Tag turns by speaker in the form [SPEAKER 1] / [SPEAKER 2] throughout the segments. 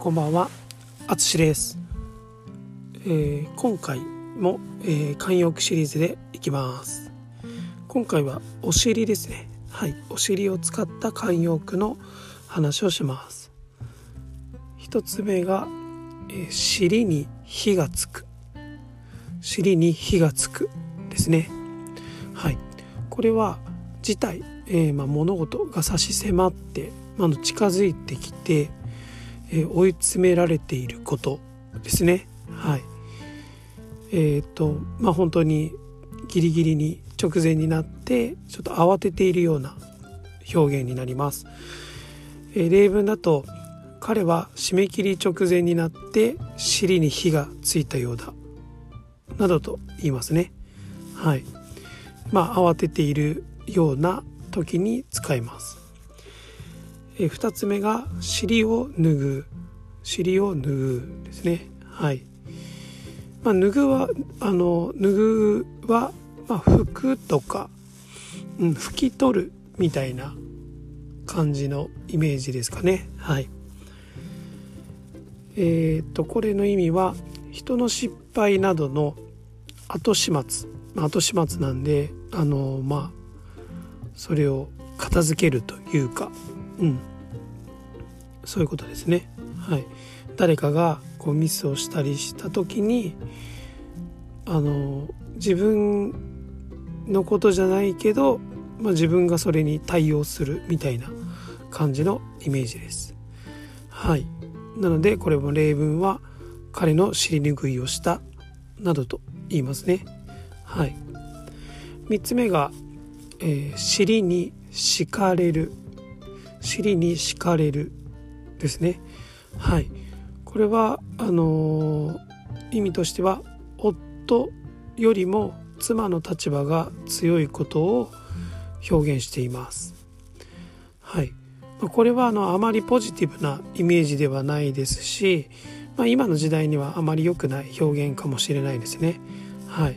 [SPEAKER 1] こんばんは、あつしです。今回も、慣用句シリーズでいきます。今回はお尻ですね。はい、お尻を使った慣用句の話をします。一つ目が、尻に火がつく。尻に火がつくですね。はい、これは事態、物事が差し迫って、近づいてきて、追い詰められていることですね。はい。本当にギリギリに直前になってちょっと慌てているような表現になります。例文だと、彼は締め切り直前になって尻に火がついたようだなどと言いますね。はい。慌てているような時に使います。2つ目が尻を脱ぐ。尻を脱ぐですね。はい。脱ぐは拭くとか、拭き取るみたいな感じのイメージですかね。はい。これの意味は人の失敗などの後始末、後始末なんでそれを片付けるというか、そういうことですね。はい。誰かがミスをしたりした時に自分のことじゃないけど、自分がそれに対応するみたいな感じのイメージです。はい。なのでこれも例文は彼の尻拭いをしたなどと言いますね。はい。3つ目が、尻に敷かれる。尻に敷かれるですね。はい。これは意味としては夫よりも妻の立場が強いことを表現しています。はい。これはあまりポジティブなイメージではないですし、今の時代にはあまり良くない表現かもしれないですね。はい。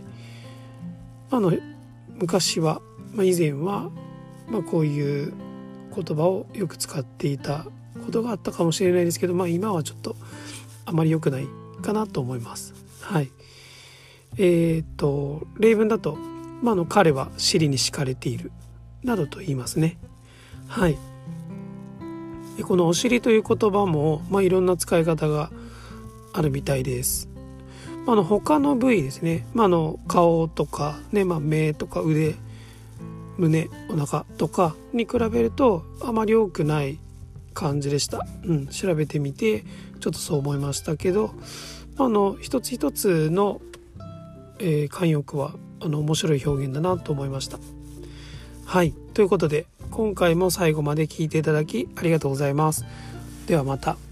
[SPEAKER 1] 昔は、以前は、こういう言葉をよく使っていたことがあったかもしれないですけど、今はちょっとあまり良くないかなと思います。はい。例文だと、彼は尻に敷かれているなどと言いますね。はい。このお尻という言葉も、いろんな使い方があるみたいです。他の部位ですね、顔とか、目とか腕、胸、お腹とかに比べるとあまり多くない感じでした。調べてみてちょっとそう思いましたけど、一つ一つの、慣用句は面白い表現だなと思いました。はい。ということで今回も最後まで聞いていただきありがとうございます。ではまた。